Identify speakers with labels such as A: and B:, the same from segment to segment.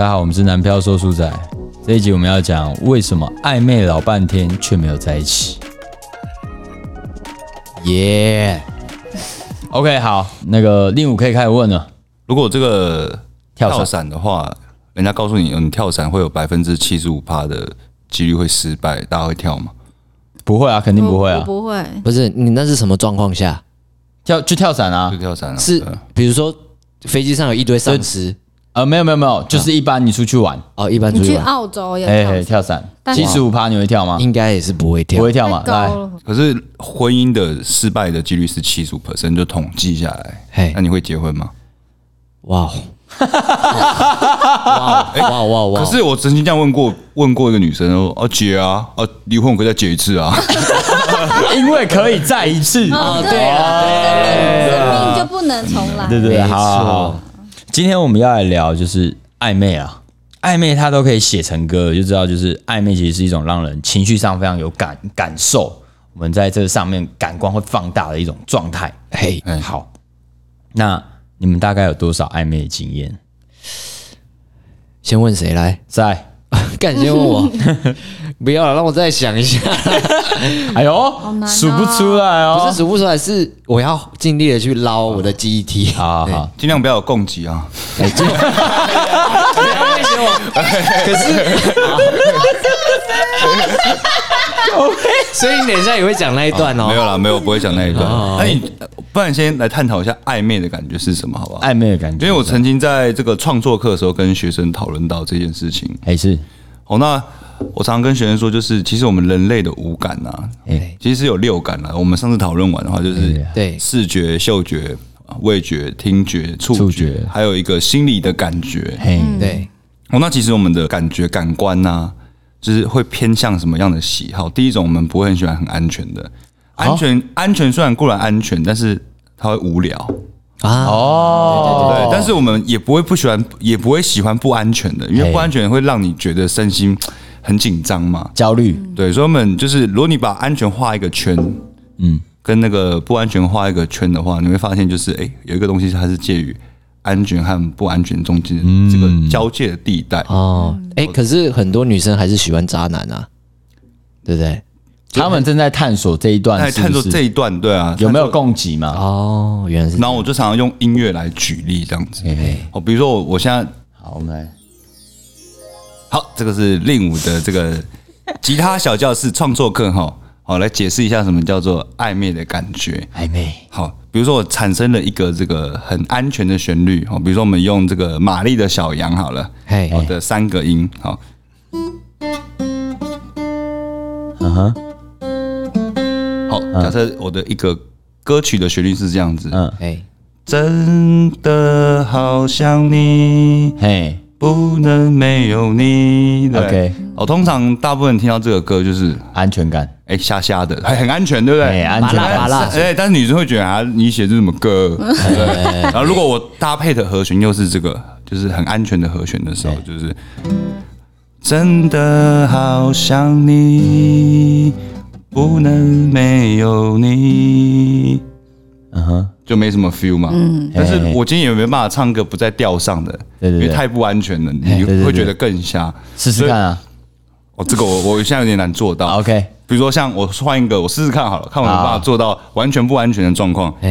A: 大家好，我们是南漂说书仔。这一集我们要讲为什么暧昧老半天却没有在一起。耶、OK， 好，那个令武可以开始问了。
B: 如果这个跳伞的话，人家告诉你，你跳伞会有75%的几率会失败，大家会跳吗？
A: 不会啊，肯定不会啊。
C: 我不会。
D: 不是你那是什么状况下？
A: 跳伞啊？
B: 就跳伞啊？
D: 是比如说飞机上有一堆丧尸。
A: 没有，就是一般你出去玩
D: 哦，一般出
C: 你去
D: 去玩，
C: 澳洲也
A: 跳伞
C: 但是
A: ，75%你会跳吗？
D: 应该也是不会跳，
A: 不会跳嘛？来，
C: 太高了。
B: 可是婚姻的失败的几率是75%，就统计下来。
D: 嘿
B: 那你会结婚吗？
D: 哇哇！
B: 可是我曾经这样问过一个女生说：“啊结啊，离婚我可以再结一次啊。
A: 因为可以再一次。
C: 对啊，生命就不能重来。
A: 对，
D: 没
A: 好。今天我们要来聊就是暧昧啊，暧昧它都可以写成歌，就知道就是暧昧其实是一种让人情绪上非常有感受，我们在这上面感官会放大的一种状态。
D: 嘿，
A: 好，那你们大概有多少暧昧的经验？
D: 先问谁来？
A: 在，
D: 干，先问我，不要了，让我再想一下。
A: 哎呦，
C: 难哦
A: 数不出来哦，
D: 不是数不出来，是我要尽力的去捞我的记忆体。
A: 好，
B: 尽量不要有共击啊。
D: 可是，所以你等一下也会讲那一段哦。
B: 没有啦，没有，不会讲那一段。那你不然先来探讨一下暧昧的感觉是什么，好不好？
A: 暧昧的感觉，
B: 因为我曾经在这个创作课的时候跟学生讨论到这件事情。
A: 是。
B: 好，那我常常跟学生说，就是其实我们人类的五感啊，其实是有6感啦。我们上次讨论完的话，就是
D: 对
B: 视觉、嗅觉、味觉、听觉、触觉，还有一个心理的感觉。
D: 对。
B: 哦，那其实我们的感觉感官啊，就是会偏向什么样的喜好？第一种，我们不会很喜欢很安全的，安全虽然固然安全，但是它会无聊。
A: 对，
B: 但是我们也不会喜欢不安全的，因为不安全会让你觉得身心很紧张嘛，
A: 焦虑。
B: 对，所以我们就是，如果你把安全画一个圈，跟那个不安全画一个圈的话，你会发现就是，有一个东西它是介于安全和不安全中间这个交界的地带。
D: 可是很多女生还是喜欢渣男啊，对不对？
A: 他们正在探索这一段是不是，
B: 探索这一段，对啊，
A: 有没有共击嘛？
D: 哦，原来是。
B: 然后我就常常用音乐来举例这样子。比如说我现在，
A: 好，我们来，
B: 好，这个是令武的这个吉他小教室创作课哈，好，来解释一下什么叫做暧昧的感觉。
A: 暧昧，
B: 好，比如说我产生了一个这个很安全的旋律，比如说我们用这个玛丽的小羊好了，好的3个音，好，好，假设我的一个歌曲的旋律是这样子，真的好想你，不能没有你。
A: OK，
B: 通常大部分人听到这个歌就是
A: 安全感，
B: 瞎瞎的，很安全，对不对？
A: 安全感，
B: 但是女生会觉得啊，你写这什么歌？然后如果我搭配的和弦又是这个，就是很安全的和弦的时候，就是真的好想你，不能没有你。就没什么 feel 嘛。但是我今天也没办法唱歌不在调上的，因为太不安全了，你会觉得更瞎。
A: 试试看啊！
B: 这个我现在有点难做到。
A: OK，
B: 比如说像我换一个，我试试看好了，看我有没有办法做到完全不安全的状况。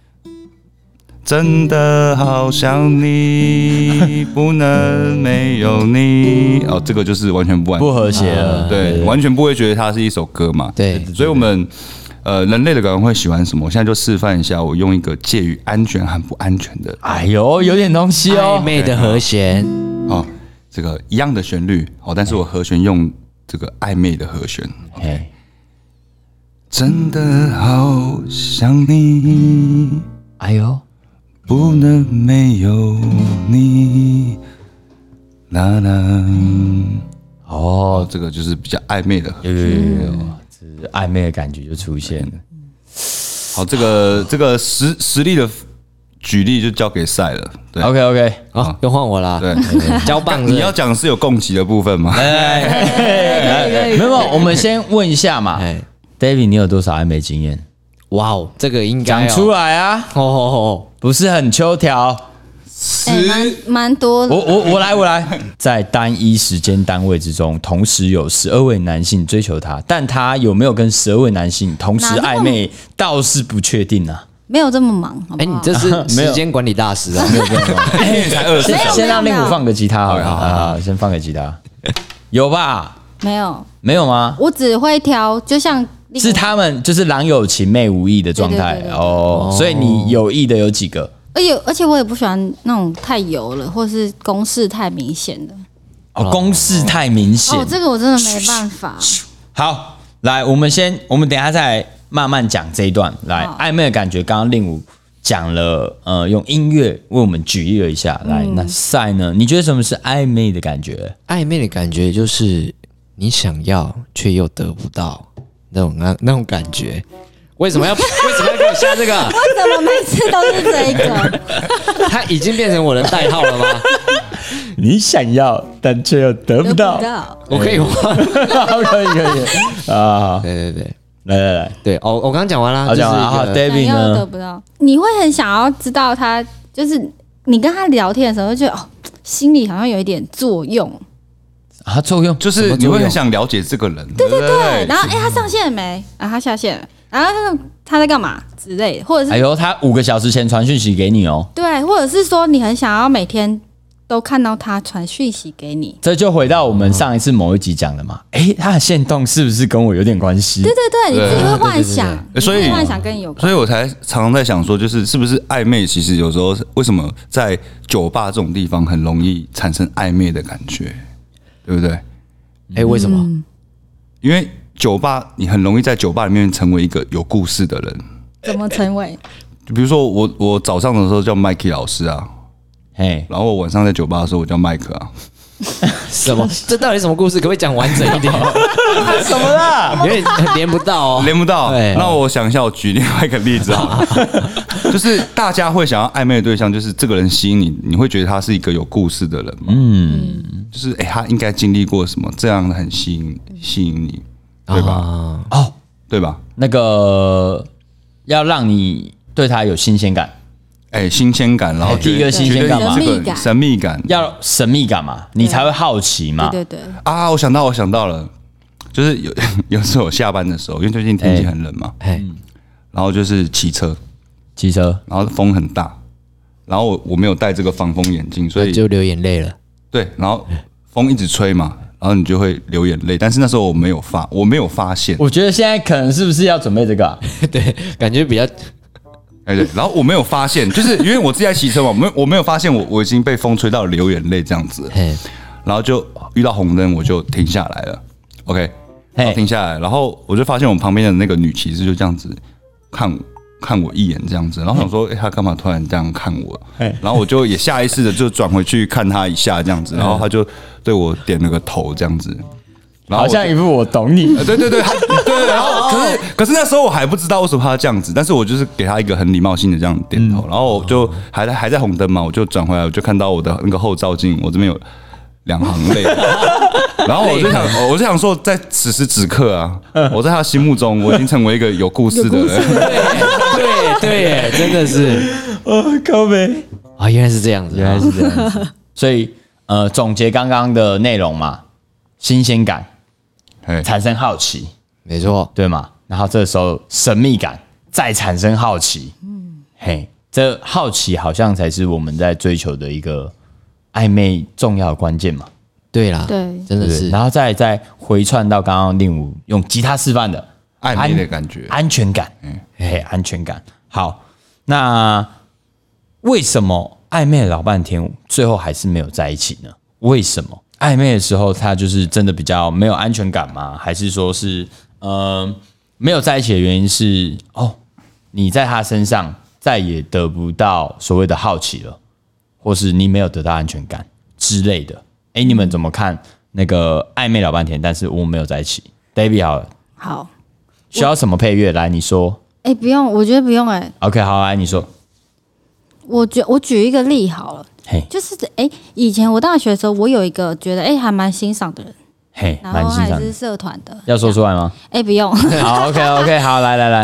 B: 真的好想你，不能没有你。这个就是完全不安全，
A: 不和谐了。
B: 对，完全不会觉得它是一首歌嘛。
D: 对，
B: 所以我们人类的感官会喜欢什么？我现在就示范一下，我用一个介于安全和不安全的，
A: 有点东西哦，
D: 暧昧的和弦。
B: 这个一样的旋律，但是我和弦用这个暧昧的和弦。真的好想你，不能没有你，啦啦。这个就是比较暧昧的和弦。
A: 暧昧的感觉就出现了。
B: 好，这个实力的举例就交给赛了。对
A: ，OK，
D: 好，又换我啦。
B: 对，
D: 交棒。
B: 你要讲是有共击的部分吗？
A: 没有，我们先问一下嘛。David， 你有多少暧昧经验？
D: 哇哦，这个应该
A: 讲出来啊！
D: 不是很秋条。
C: 蛮多的。
A: 我来，在单一时间单位之中，同时有12位男性追求她，但她有没有跟12位男性同时暧昧，倒是不确定啊。
C: 没有这么忙，好不好？
D: 你这是时间管理大师啊！
B: 因为才24小时。
A: 先让令武放个吉他好了啊，先放个吉他，有吧？
C: 没有
A: 吗？
C: 我只会挑，就像
A: 是他们就是郎有情妹无意的状态
C: 对
A: 哦，所以你有意的有几个？
C: 而且我也不喜欢那种太油了，或是公式太明显的。
A: 公式太明显。
C: 这个我真的没办法。
A: 好，来，我们等一下再慢慢讲这一段。来，暧昧的感觉，刚刚令武讲了，用音乐为我们举例了一下。来，那赛呢？你觉得什么是暧昧的感觉？
D: 暧昧的感觉就是你想要却又得不到那种感觉。为什么要给我下这个？
C: 为什么每次都是这一个？
D: 它已经变成我的代号了吗？
A: 你想要，但却又得不到。
D: 我可以吗？
A: 可以啊！
D: 对，
A: 来，
D: 对哦，我刚刚讲完了，
A: 讲完啊 ，David
C: 想要
A: 呢？
C: 得不到，你会很想要知道他，就是你跟他聊天的时候，就觉得心里好像有一点作用
A: 啊，作用
B: 就是你会很想了解这个人，对不对？
C: 然后他上线了没？他下线了，然后他在干嘛之类的，或者是
A: 哎呦，他5个小时前传讯息给你哦。
C: 对，或者是说你很想要每天都看到他传讯息给你。
A: 这就回到我们上一次某一集讲的嘛，他的限动是不是跟我有点关系？
C: 对，你自己会幻想，
B: 所以
C: 幻想跟你有关，
B: 所以我才常常在想说，是不是暧昧？其实有时候为什么在酒吧这种地方很容易产生暧昧的感觉，对不对？
D: 为什么？
B: 因为酒吧，你很容易在酒吧里面成为一个有故事的人。
C: 怎么成为？
B: 就比如说我早上的时候叫 Mikey 老师啊，然后我晚上在酒吧的时候我叫麦克啊。
D: 什么？这到底什么故事？可不可以讲完整一点？
A: 什么啦？
D: 有点连不到哦，
B: 连不到。那我想一下，我举另外一个例子啊，就是大家会想要暧昧的对象，就是这个人吸引你，你会觉得他是一个有故事的人嘛？就是他应该经历过什么，这样很吸引你，对吧？对吧？
A: 那个要让你对他有新鲜感。
B: 新鲜感，然后
A: 第一个新鲜感嘛，
B: 神秘感，
A: 要神秘感嘛，你才会好奇嘛。
C: 对
B: 啊，我想到了，就是有时候我下班的时候，因为最近天气很冷嘛，然后就是骑车，然后风很大，然后我没有戴这个防风眼镜，所以
D: 就流眼泪了。
B: 对，然后风一直吹嘛，然后你就会流眼泪，但是那时候我没有发现。
A: 我觉得现在可能是不是要准备这个？
D: 对，感觉比较。
B: 对，然后我没有发现，就是因为我自己在骑车嘛，我没有发现我已经被风吹到流眼泪这样子，然后就遇到红灯，我就停下来了 ，OK， 停下来，然后我就发现我旁边的那个女骑士就这样子看我一眼这样子，然后想说，她干嘛突然这样看我？然后我就也下意识的就转回去看她一下这样子，然后她就对我点了个头这样子。
A: 好像一副我懂你，
B: 对，然后可是那时候我还不知道为什么他这样子，但是我就是给他一个很礼貌性的这样点头，然后我就还在红灯嘛，我就转回来，我就看到我的那个后照镜，我这边有2行泪，然后我就想说，在此时此刻啊，我在他心目中我已经成为一个有故事的人，
D: 对，真的是，
A: 靠北
D: 啊，原来是这样子，
A: 所以总结刚刚的内容嘛，新鲜感。产生好奇，
D: 没错，
A: 对吗？然后这时候神秘感再产生好奇，这好奇好像才是我们在追求的一个暧昧重要的关键嘛。
D: 对啦，
C: 对，
D: 真的是。
A: 然后再回串到刚刚令武用吉他示范的
B: 暧昧的感觉，
A: 安全感，安全感。好，那为什么暧昧了老半天，最后还是没有在一起呢？为什么？暧昧的时候，他就是真的比较没有安全感吗？还是说是没有在一起的原因是你在他身上再也得不到所谓的好奇了，或是你没有得到安全感之类的？你们怎么看那个暧昧老半天，但是我没有在一起 ？David 好了，
C: 好，
A: 需要什么配乐？来，你说。
C: 不用，我觉得不用
A: OK， 好，来你说。
C: 我举一个例好了。就是以前我大学的时候，我有一个觉得还蛮欣赏的人，然后还是社团的，
A: 要说出来吗？
C: 不用。
A: 好 ，OK， 好，来，
C: 对，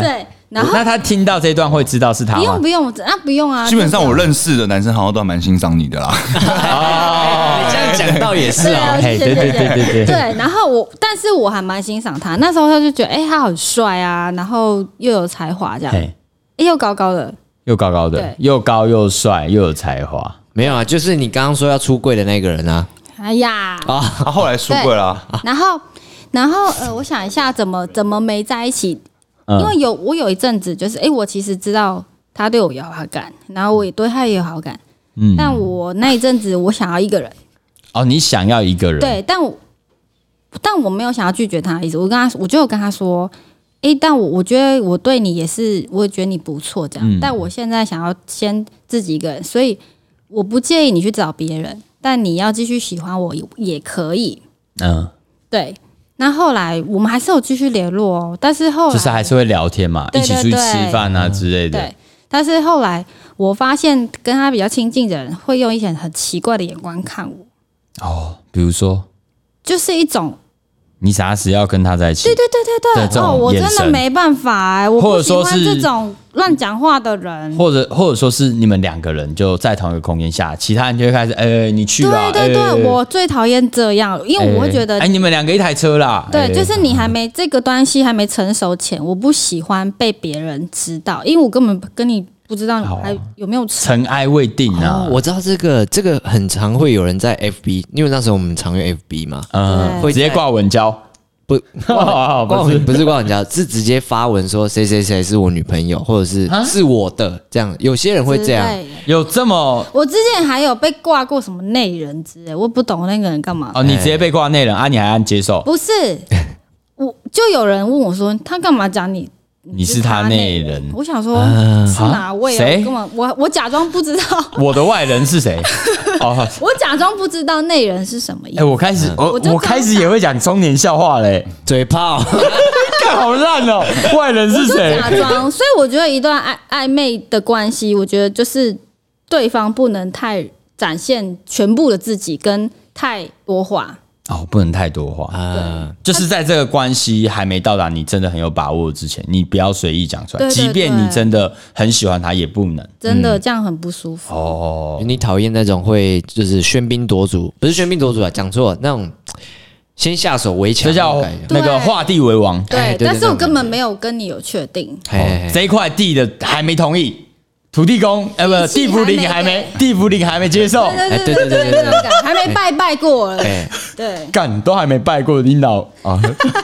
C: 然后
A: 那他听到这段会知道是他吗？
C: 不用，那不用啊。
B: 基本上我认识的男生好像都蛮欣赏你的啦。
A: 哦，
D: 你这样讲倒也是
C: 对啊，
D: 哦。
A: 嘿，对对对对对，
C: 对，然后但是我还蛮欣赏他。那时候他就觉得，他很帅啊，然后又有才华，这样，
A: 嘿，
C: 又高高的，
A: 又高高的
C: 对，
A: 又高又帅又有才华。
D: 没有啊，就是你刚刚说要出柜的那个人啊。
C: 哎呀，
B: 他后来出柜啦。
C: 然后我想一下怎么没在一起，因为我有一阵子就是，我其实知道他对我有好感，然后我也对他也有好感，但我那一阵子我想要一个人，
A: 哦，你想要一个人，
C: 对，但我没有想要拒绝他的意思，我就有跟他说，但我觉得我对你也是，我也觉得你不错这样，但我现在想要先自己一个人，所以我不介意你去找别人，但你要继续喜欢我也可以，对。那后来我们还是有继续联络哦，但是后来
A: 就是还是会聊天嘛，
C: 对
A: 一起出去吃饭啊之类的。
C: 对，但是后来我发现跟他比较亲近的人会用一些很奇怪的眼光看我。
A: 哦，比如说，
C: 就是一种
A: 你啥时要跟他在一起？对这种
C: 我真
A: 眼神
C: 的没办法我
A: 或
C: 不喜欢
A: 者说是
C: 这种乱讲话的人。
A: 或者说是你们两个人就在同一个空间下，其他人就会开始，你去吧。
C: 对，我最讨厌这样，因为我会觉得，
A: 你们两个一台车啦。
C: 对，就是你还没这个关系还没成熟前，我不喜欢被别人知道，因为我根本跟你不知道还有没有
A: 尘埃未定啊。
D: 我知道这个很常会有人在 FB， 因为那时候我们常用 FB 嘛，
A: 会直接挂文交。
D: 不
A: 不是
D: 挂文交，是直接发文说谁谁谁是我女朋友，或者是我的这样。有些人会这样，
A: 有这么？
C: 我之前还有被挂过什么内人之类，我不懂那个人干嘛。
A: 你直接被挂内人啊？你还按接受？
C: 不是，我就有人问我说，他干嘛讲你
A: 是他内人？
C: 我想说是哪位啊？
A: 谁？
C: 我假装不知道。
A: 我的外人是谁？
C: 我假装不知道内人是什么意思。
A: 我开始也会讲中年笑话嘞，
D: 嘴炮，
A: 干好烂哦！外人是谁？
C: 假装，所以我觉得一段暧昧的关系，我觉得就是对方不能太展现全部的自己，跟太多话。
A: 不能太多话就是在这个关系还没到达你真的很有把握之前，你不要随意讲出来。
C: 对，
A: 即便你真的很喜欢他，也不能
C: 真的这样很不舒服。
D: 你讨厌那种会就是喧宾夺主，不是喧宾夺主啊，讲错了，那种先下手为强，
A: 这叫那个画地为王。
C: 对，但是我根本没有跟你有确定，
A: 这一块地的还没同意。土地公，地福林还没接受，
C: 对，还没拜过了，对，
A: 干都还没拜过，领导啊。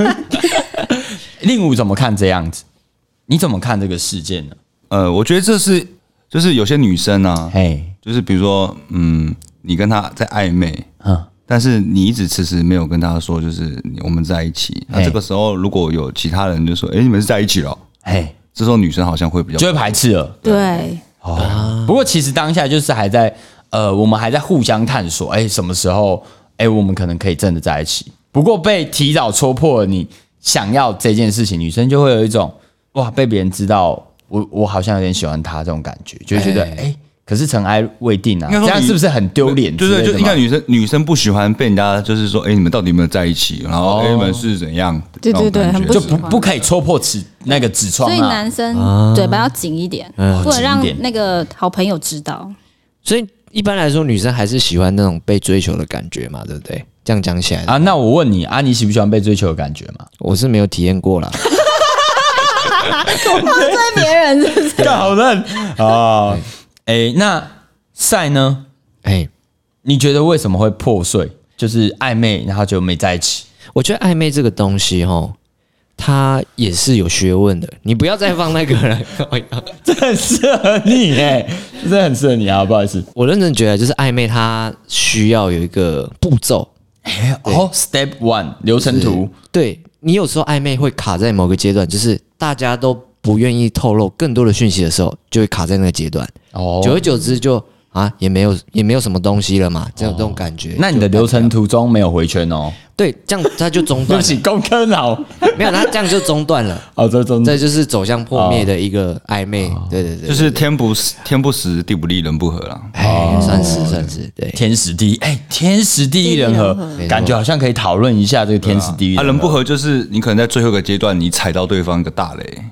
A: 令武怎么看这样子？你怎么看这个事件呢？
B: 我觉得就是有些女生啊，就是比如说，你跟她在暧昧，但是你一直迟迟没有跟她说，就是我们在一起。那这个时候如果有其他人就说，你们是在一起了，这时候女生好像会比较
A: 就会排斥了。
C: 对，
A: 不过其实当下就是还在我们还在互相探索，什么时候我们可能可以真的在一起。不过被提早戳破了你想要这件事情，女生就会有一种哇，被别人知道我好像有点喜欢他这种感觉，就会觉得可是尘埃未定啊，这样是不是很丢脸？
B: 就应该女生不喜欢被人家就是说，你们到底有没有在一起？然后你们是怎样？
C: 对，很
A: 就不可以戳破那个纸窗。
C: 所以男生嘴巴要紧一点，不能让那个好朋友知道。
D: 所以一般来说，女生还是喜欢那种被追求的感觉嘛，对不对？这样讲起来
A: 啊，那我问你啊，你喜不喜欢被追求的感觉吗？
D: 我是没有体验过啦。
C: 我追别人是不是？
A: 干好烂啊！那赛呢？你觉得为什么会破碎？就是暧昧，然后就没在一起。
D: 我觉得暧昧这个东西，它也是有学问的。你不要再放那个了，
A: 这很适合你真的很适合你啊！不好意思，
D: 我认真觉得，就是暧昧它需要有一个步骤。
A: Step 1流程图。
D: 对，你有时候暧昧会卡在某个阶段，就是大家都不愿意透露更多的讯息的时候，就会卡在那个阶段。久而久之就也没有什么东西了嘛，这种感觉。
A: 那你的流程途中没有回圈哦？
D: 对，这样它就中断了。
A: 对不起，功课好。
D: 没有，它这样就中断了。这就是走向破灭的一个暧昧。对，
B: 就是天不时，地不利，人不和啦。
D: 算是对，
A: 天时地利，天时地利人和，感觉好像可以讨论一下这个天时地利。
B: 人不和就是你可能在最后一个阶段，你踩到对方一个大雷。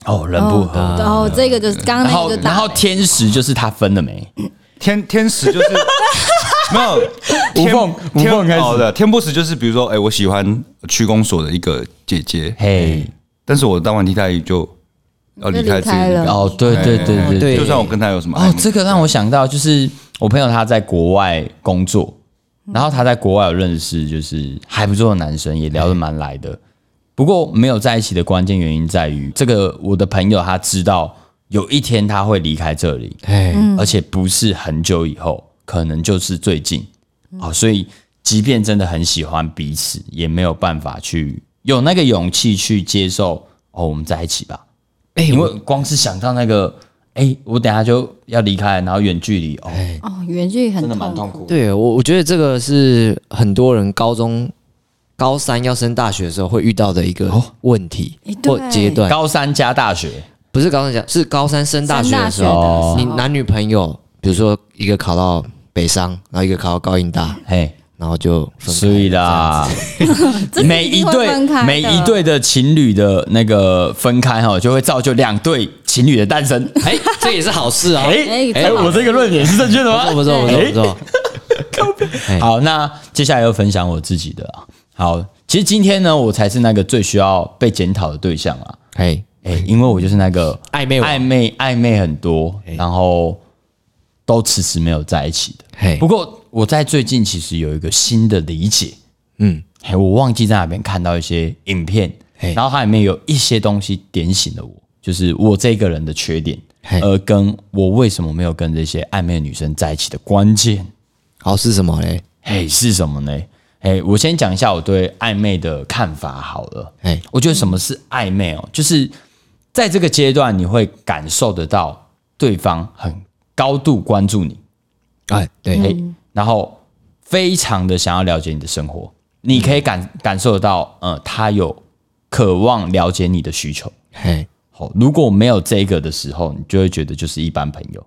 A: 哦，人不合。
C: 然后这个就是刚刚那个就
A: 然后天时就是他分了没？
B: 天时就是没有
A: 无缝开始
B: 好的天不时就是比如说，我喜欢区公所的一个姐姐，
A: 嘿，
B: 但是我当完替代役就要离开这个
C: 了
A: 哦，对，
B: 就算我跟他有什么
A: 哦，这个让我想到，就是我朋友他在国外工作，然后他在国外有认识就是还不错的男生，也聊得蛮来的。不过没有在一起的关键原因在于，这个我的朋友他知道有一天他会离开这里，而且不是很久以后，可能就是最近。所以即便真的很喜欢彼此，也没有办法去有那个勇气去接受我们在一起吧。因为光是想到那个，我等一下就要离开，然后远距离，
C: 远距离很
A: 真的蛮痛苦。
D: 对，我觉得这个是很多人高三要升大学的时候会遇到的一个问题或阶段。
A: 高三加大学，
D: 不是高三加，是高三升大学的时候，你男女朋友，比如说一个考到北商，然后一个考到高音大，然后就分开。
A: 所以啦，每一对的情侣的那个分开就会造就2对情侣的诞生。
D: 这也是好事啊！
A: 我这个论点是正确的吗？
D: 不错。
A: 好，那接下来要分享我自己的啊。好，其实今天呢，我才是那个最需要被检讨的对象啊。因为我就是那个暧昧很多，然后都迟迟没有在一起的。不过我在最近其实有一个新的理解，我忘记在哪边看到一些影片，然后它里面有一些东西点醒了我，就是我这个人的缺点，而跟我为什么没有跟这些暧昧的女生在一起的关键。
D: 好，是什么嘞？
A: 是什么呢？我先讲一下我对暧昧的看法好了。我觉得什么是暧昧就是在这个阶段，你会感受得到对方很高度关注你，
D: 对，
A: 然后非常的想要了解你的生活，你可以感受得到，他有渴望了解你的需求。如果没有这个的时候，你就会觉得就是一般朋友。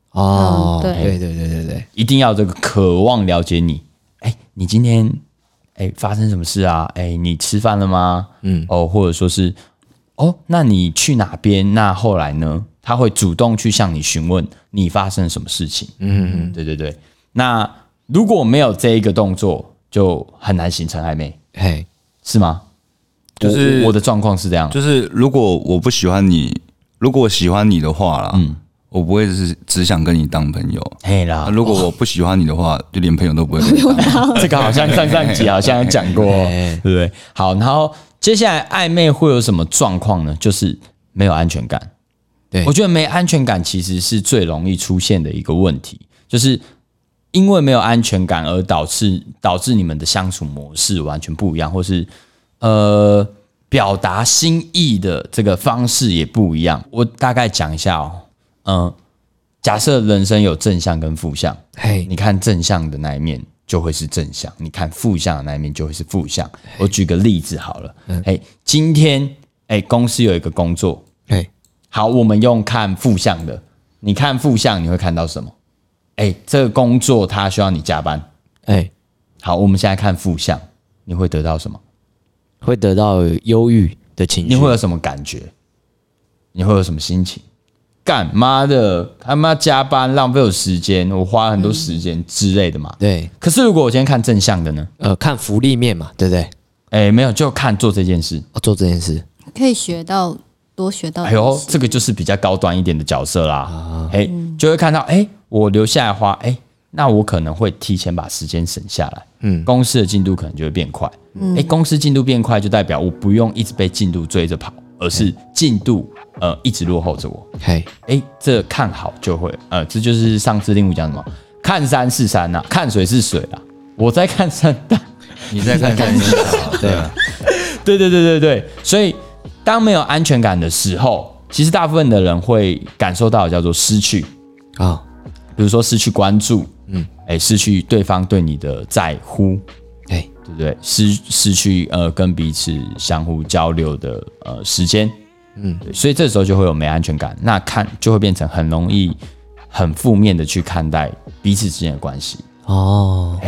D: 对，
A: 一定要这个渴望了解你。你今天发生什么事啊？你吃饭了吗？或者说是那你去哪边？那后来呢？他会主动去向你询问你发生什么事情。对。那如果没有这一个动作，就很难形成暧昧，是吗？就是我的状况是这样，
B: 就是如果我不喜欢你，如果我喜欢你的话啦，我不会是只想跟你当朋友。如果我不喜欢你的话，就连朋友都不会跟你当。
A: 这个好像上集好像有讲过，对不对？好，然后接下来暧昧会有什么状况呢？就是没有安全感。我觉得没安全感其实是最容易出现的一个问题，就是因为没有安全感而导致你们的相处模式完全不一样，或是表达心意的这个方式也不一样。我大概讲一下假设人生有正向跟负向，你看正向的那一面就会是正向，你看负向的那一面就会是负向。我举个例子好了，今天公司有一个工作，好，我们用看负向的，你看负向你会看到什么？这个工作它需要你加班，好，我们现在看负向，你会得到什么？
D: 会得到忧郁的情绪。
A: 你会有什么感觉？你会有什么心情？干妈的，他妈加班浪费我时间，我花很多时间之类的嘛。
D: 对。
A: 可是如果我今天看正向的呢？
D: 看福利面嘛，对不对？
A: 没有，就看做这件事。
D: 做这件事
C: 可以多学到。
A: 这个就是比较高端一点的角色啦。就会看到，我留下来花，那我可能会提前把时间省下来。公司的进度可能就会变快。公司进度变快，就代表我不用一直被进度追着跑，而是进度一直落后着我。这看好就会，这就是上次令武讲什么，看山是山啊，看水是水啊。我在看山大，
B: 你在看山大，
A: 对。所以当没有安全感的时候，其实大部分的人会感受到的叫做失去啊，比如说失去关注，失去对方对你的在乎，对不对？失去跟彼此相互交流的时间，所以这时候就会有没安全感，那就会变成很容易很负面的去看待彼此之间的关系。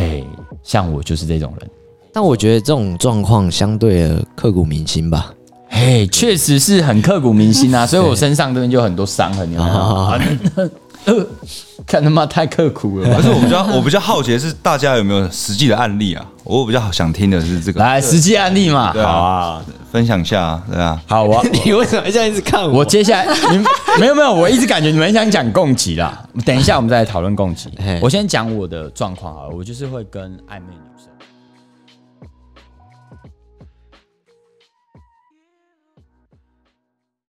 A: 像我就是这种人。
D: 但我觉得这种状况相对的刻骨铭心吧。
A: 嘿，确实是很刻骨铭心啊，所以我身上这边就很多伤痕，有没有？看他妈太刻苦了吧。
B: 可是我比较好奇的是，大家有没有实际的案例啊？我比较想听的是这个，
A: 来实际案例嘛，
B: 对啊
A: 好啊，
B: 分享一下啊，对啊。
A: 好，
D: 你为什么这样一直看我？
A: 我接下来没有，我一直感觉你们想讲共击啦。等一下我们再来讨论共击
D: 嘿。
A: 我先讲我的状况好了，我就是会跟暧昧女生